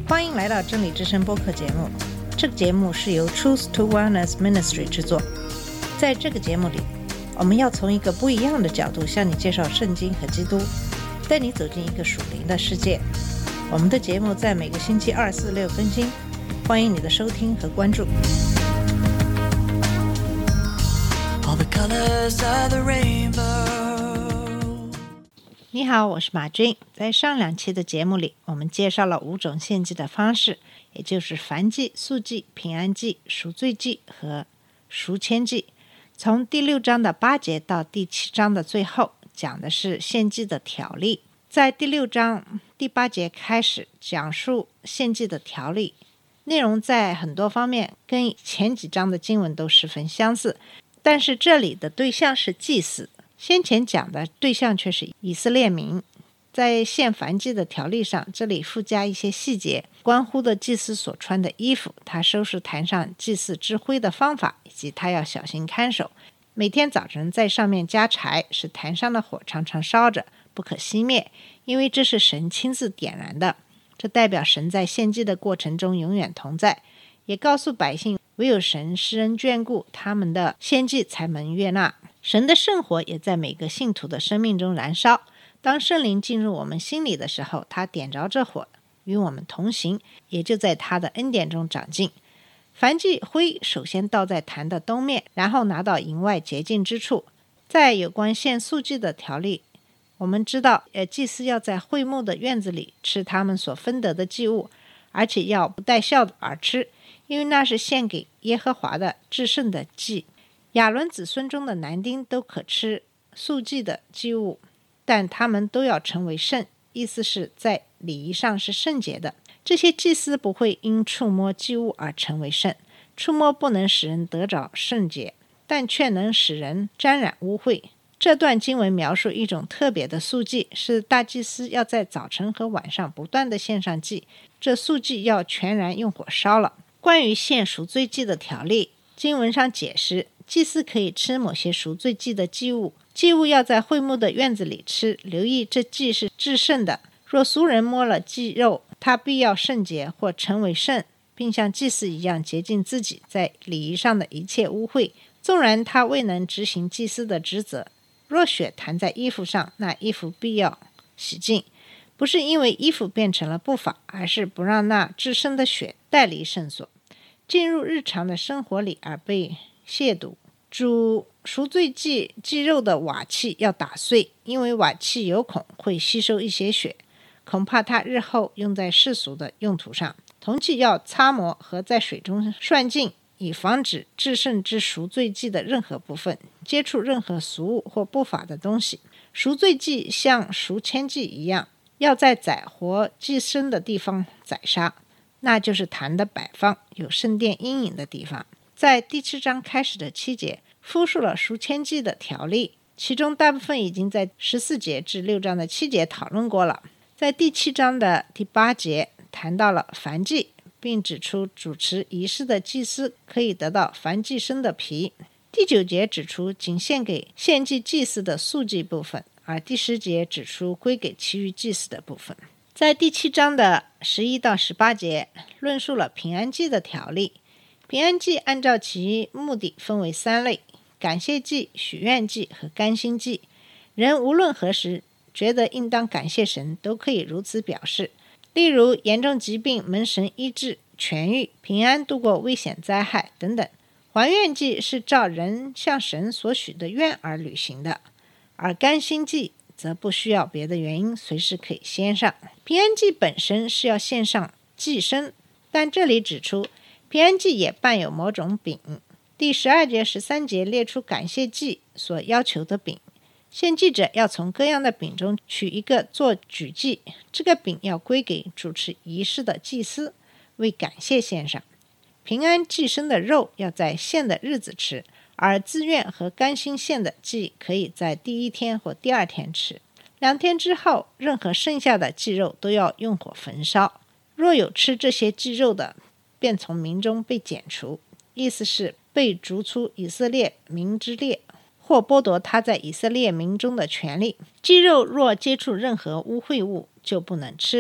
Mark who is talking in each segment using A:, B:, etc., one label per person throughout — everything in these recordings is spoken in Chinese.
A: 欢迎来到真理之声播客节目。这个节目是由 Truth to Wellness Ministry 制作。在这个节目里，我们要从一个不一样的角度向你介绍圣经和基督，带你走进一个属灵的世界。我们的节目在每个星期2、4、6更新，欢迎你的收听和关注。All the colors of the rainbow。你好，我是马君。在上2期的节目里，我们介绍了5种献祭的方式，也就是燔祭、素祭、平安祭、赎罪祭和赎愆祭。从第6章的8节到第7章的最后，讲的是献祭的条例。在第6章第8节开始讲述献祭的条例，内容在很多方面跟前几章的经文都十分相似，但是这里的对象是祭司，先前讲的对象却是以色列民。在献燔祭的条例上，这里附加一些细节，关乎的祭司所穿的衣服，他收拾坛上祭祀之灰的方法，以及他要小心看守，每天早晨在上面加柴，使坛上的火常常烧着，不可熄灭，因为这是神亲自点燃的。这代表神在献祭的过程中永远同在，也告诉百姓，唯有神施恩眷顾，他们的献祭才能悦纳。神的圣火也在每个信徒的生命中燃烧，当圣灵进入我们心里的时候，他点着这火与我们同行，也就在他的恩典中长进。燔祭灰首先倒在坛的东面，然后拿到营外洁净之处。在有关献素祭的条例，我们知道祭司要在会幕的院子里吃他们所分得的祭物，而且要不带笑而吃，因为那是献给耶和华的至圣的祭。亚伦子孙中的男丁都可吃素祭的祭物，但他们都要成为圣，意思是在礼仪上是圣洁的。这些祭司不会因触摸祭物而成为圣，触摸不能使人得着圣洁，但却能使人沾染污秽。这段经文描述一种特别的素祭，是大祭司要在早晨和晚上不断的献上祭，这素祭要全然用火烧了。关于献赎罪祭的条例，经文上解释，祭司可以吃某些赎罪祭的祭物，祭物要在会幕的院子里吃，留意这祭是至圣的。若俗人摸了祭肉，他必要圣洁或成为圣，并像祭司一样洁净自己在礼仪上的一切污秽，纵然他未能执行祭司的职责。若血弹在衣服上，那衣服必要洗净，不是因为衣服变成了不法，而是不让那至圣的血带离圣所，进入日常的生活里而被亵渎。煮赎罪祭祭肉的瓦器要打碎，因为瓦器有孔，会吸收一些血，恐怕它日后用在世俗的用途上。铜器要擦磨和在水中涮净，以防止至圣之赎罪祭的任何部分接触任何俗物或不法的东西。赎罪祭像赎愆祭一样，要在宰活祭牲的地方宰杀，那就是坛的摆放，有圣殿阴影的地方。在第7章开始的7节复述了赎愆祭的条例，其中大部分已经在14节至6章的7节讨论过了。在第7章的第8节谈到了燔祭，并指出主持仪式的祭司可以得到燔祭牲的皮。第9节指出仅献给献祭祭司的素祭部分，而第10节指出归给其余祭司的部分。在第7章的11到18节论述了平安祭的条例。平安祭按照其目的分为3类：感谢祭、许愿祭和甘心祭。人无论何时觉得应当感谢神，都可以如此表示。例如严重疾病蒙神医治、痊愈、平安度过危险灾害等等。还愿祭是照人向神所许的愿而履行的，而甘心祭则不需要别的原因，随时可以献上。平安祭本身是要献上祭牲，但这里指出平安祭也伴有某种饼。第12节、13节列出感谢祭所要求的饼，献祭者要从各样的饼中取一个做举祭，这个饼要归给主持仪式的祭司，为感谢献上。平安祭牲的肉要在献的日子吃，而自愿和甘心献的祭可以在第1天或第2天吃。2天之后，任何剩下的祭肉都要用火焚烧。若有吃这些祭肉的，便从民中被剪除，意思是被逐出以色列民之列，或剥夺他在以色列民中的权利。祭肉若接触任何污秽物，就不能吃。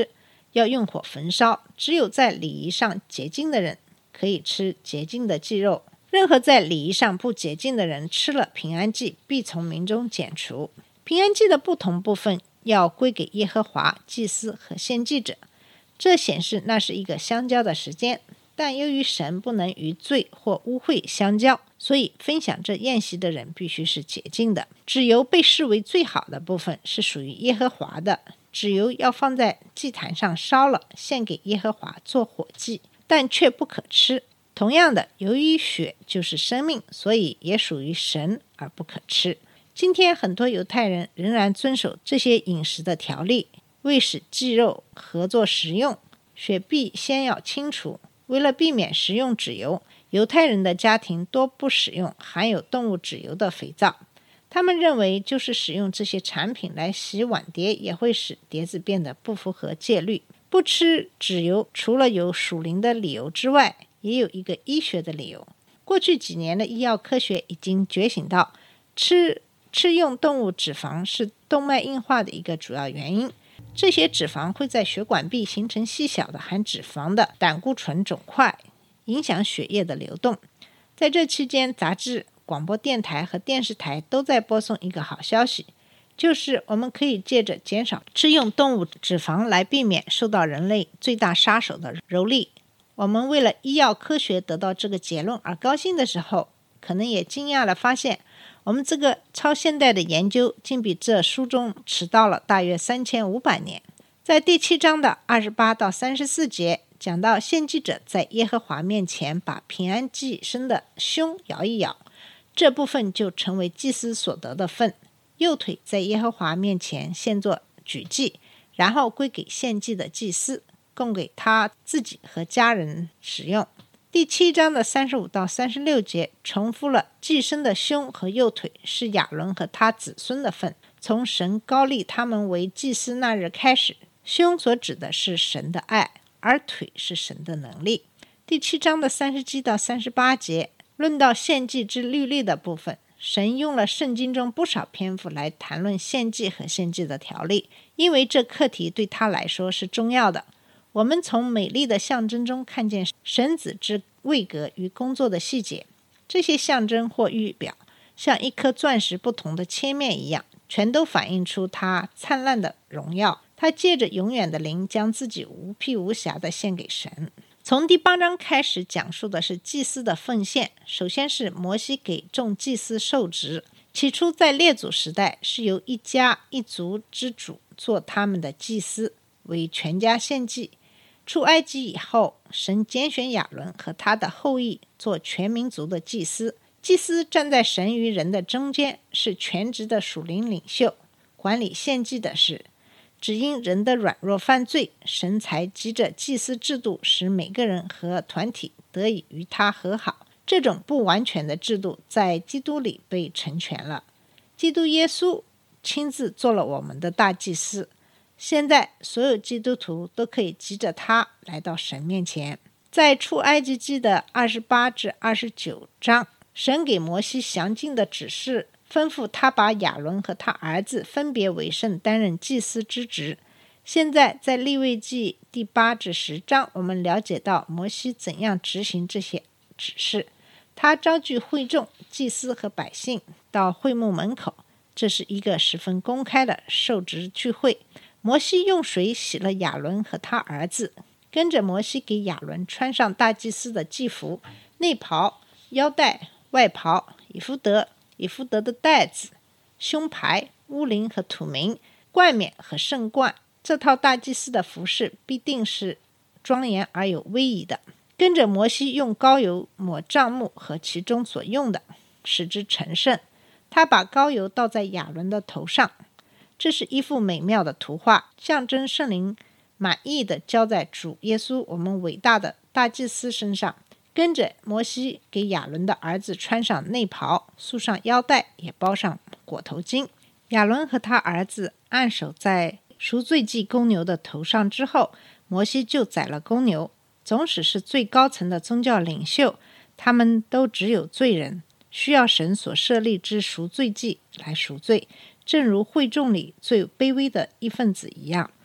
A: 要用火焚烧，只有在礼仪上洁净的人可以吃洁净的祭肉，任何在礼仪上不洁净的人吃了平安祭，必从民中剪除。平安祭的不同部分要归给耶和华祭司和献祭者，这显示那是一个相交的时间，但由于神不能与罪或污秽相交，所以分享这宴席的人必须是洁净的。脂油被视为最好的部分，是属于耶和华的，脂油要放在祭坛上烧了，献给耶和华做火祭，但却不可吃。同样的，由于血就是生命，所以也属于神而不可吃。今天很多犹太人仍然遵守这些饮食的条例，为使祭肉合作食用，血必先要清除。为了避免食用脂油，犹太人的家庭多不使用含有动物脂油的肥皂。他们认为就是使用这些产品来洗碗碟，也会使碟子变得不符合戒律。不吃脂油除了有属灵的理由之外，也有一个医学的理由。过去几年的医药科学已经觉醒到吃用动物脂肪是动脉硬化的一个主要原因。这些脂肪会在血管壁形成细小的含脂肪的胆固醇肿块，影响血液的流动。在这期间，杂志、广播电台和电视台都在播送一个好消息，就是我们可以借着减少吃用动物脂肪来避免受到人类最大杀手的蹂躏。我们为了医药科学得到这个结论而高兴的时候，可能也惊讶地发现，我们这个超现代的研究竟比这书中迟到了大约3500年。在第7章的28到34节讲到献祭者在耶和华面前把平安祭牲的胸摇一摇，这部分就成为祭司所得的份。右腿在耶和华面前献作举祭，然后归给献祭的祭司，供给他自己和家人使用。第7章的35到36节重复了祭牲的胸和右腿是亚伦和他子孙的份。从神高立他们为祭司那日开始，胸所指的是神的爱，而腿是神的能力。第7章的37到38节论到献祭之律例的部分，神用了圣经中不少篇幅来谈论献祭和献祭的条例，因为这课题对他来说是重要的。我们从美丽的象征中看见神子之位格与工作的细节，这些象征或预表像一颗钻石不同的切面一样，全都反映出他灿烂的荣耀。他借着永远的灵将自己无披无瑕地献给神。从第8章开始讲述的是祭司的奉献。首先是摩西给众祭司授职。起初在列祖时代是由一家一族之主做他们的祭司，为全家献祭。出埃及以后，神拣选亚伦和他的后裔做全民族的祭司。祭司站在神与人的中间，是全职的属灵领袖，管理献祭的事。只因人的软弱犯罪，神才藉着祭司制度使每个人和团体得以与他和好。这种不完全的制度在基督里被成全了。基督耶稣亲自做了我们的大祭司，现在所有基督徒都可以藉着他来到神面前。在出埃及记的28至29章，神给摩西详尽的指示，吩咐他把亚伦和他儿子分别为圣，担任祭司之职。现在在利未记第8至10章，我们了解到摩西怎样执行这些指示。他召集会众、祭司和百姓到会幕门口，这是一个十分公开的受职聚会。摩西用水洗了亚伦和他儿子，跟着摩西给亚伦穿上大祭司的祭服、内袍、腰带、外袍、以弗得的带子、胸牌、乌灵和土明、冠冕和圣冠。这套大祭司的服饰必定是庄严而有威仪的。跟着摩西用膏油抹帐幕和其中所用的，使之成圣。他把膏油倒在亚伦的头上，这是一幅美妙的图画，象征圣灵满意的交在主耶稣我们伟大的大祭司身上。跟着摩西给亚伦的儿子穿上内袍，束上腰带，也包上裹头巾。亚伦和他儿子按手在赎罪祭公牛的头上之后，摩西就宰了公牛。总使是最高层的宗教领袖，他们都只有罪人，需要神所设立之赎罪祭来赎罪，正如会众里最卑微的一份子一样。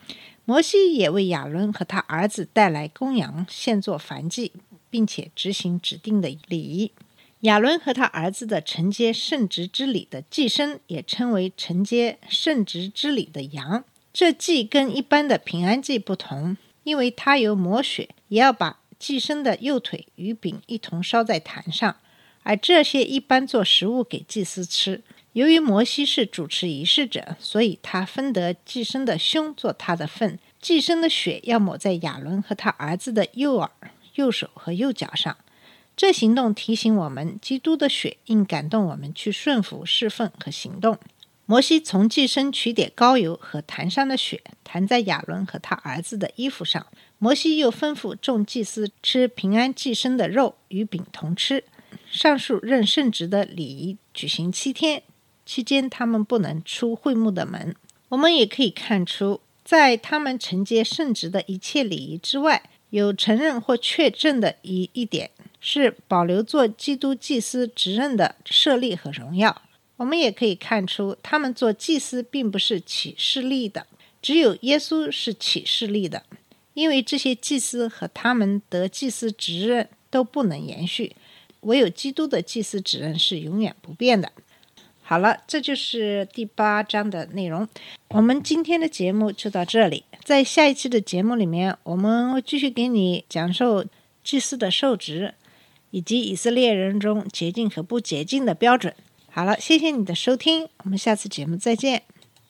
A: 摩西也为亚伦和他儿子带来公羊献作燔祭，并且执行指定的礼仪。亚伦和他儿子的承接圣职之礼的祭牲也称为承接圣职之礼的羊。这祭跟一般的平安祭不同，因为它有抹血，也要把祭牲的右腿与饼一同烧在坛上，而这些一般做食物给祭司吃。由于摩西是主持仪式者，所以他分得祭牲的胸做他的份。祭牲的血要抹在亚伦和他儿子的右耳、右手和右脚上。这行动提醒我们，基督的血应感动我们去顺服、侍奉和行动。摩西从祭牲取点膏油和坛上的血，弹在亚伦和他儿子的衣服上。摩西又吩咐众祭司吃平安祭牲的肉，与饼同吃。上述任圣职的礼仪举行7天，期间他们不能出会幕的门。我们也可以看出，在他们承接圣职的一切礼仪之外，有承认或确证的一点是保留做基督祭司职任的设立和荣耀。我们也可以看出，他们做祭司并不是起势力的，只有耶稣是起势力的，因为这些祭司和他们得祭司职任都不能延续，唯有基督的祭司职任是永远不变的。好了，这就是第8章的内容。我们今天的节目就到这里，在下一期的节目里面，我们会继续给你讲授祭司的受职，以及以色列人中洁净和不洁净的标准。好了，谢谢你的收听，我们下次节目再见。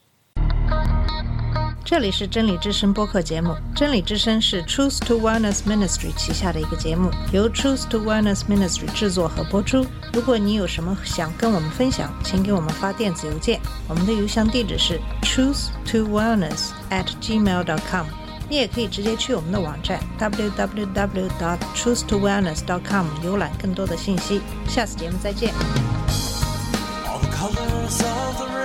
A: 这里是真理之声播客节目，真理之声是 Truth to Wellness Ministry 旗下的一个节目，由 Truth to Wellness Ministry 制作和播出。如果你有什么想跟我们分享，请给我们发电子邮件，我们的邮箱地址是 truthtowellness@gmail.com。 你也可以直接去我们的网站 www.truthtowellness.com 浏览更多的信息。下次节目再见。All the colors of the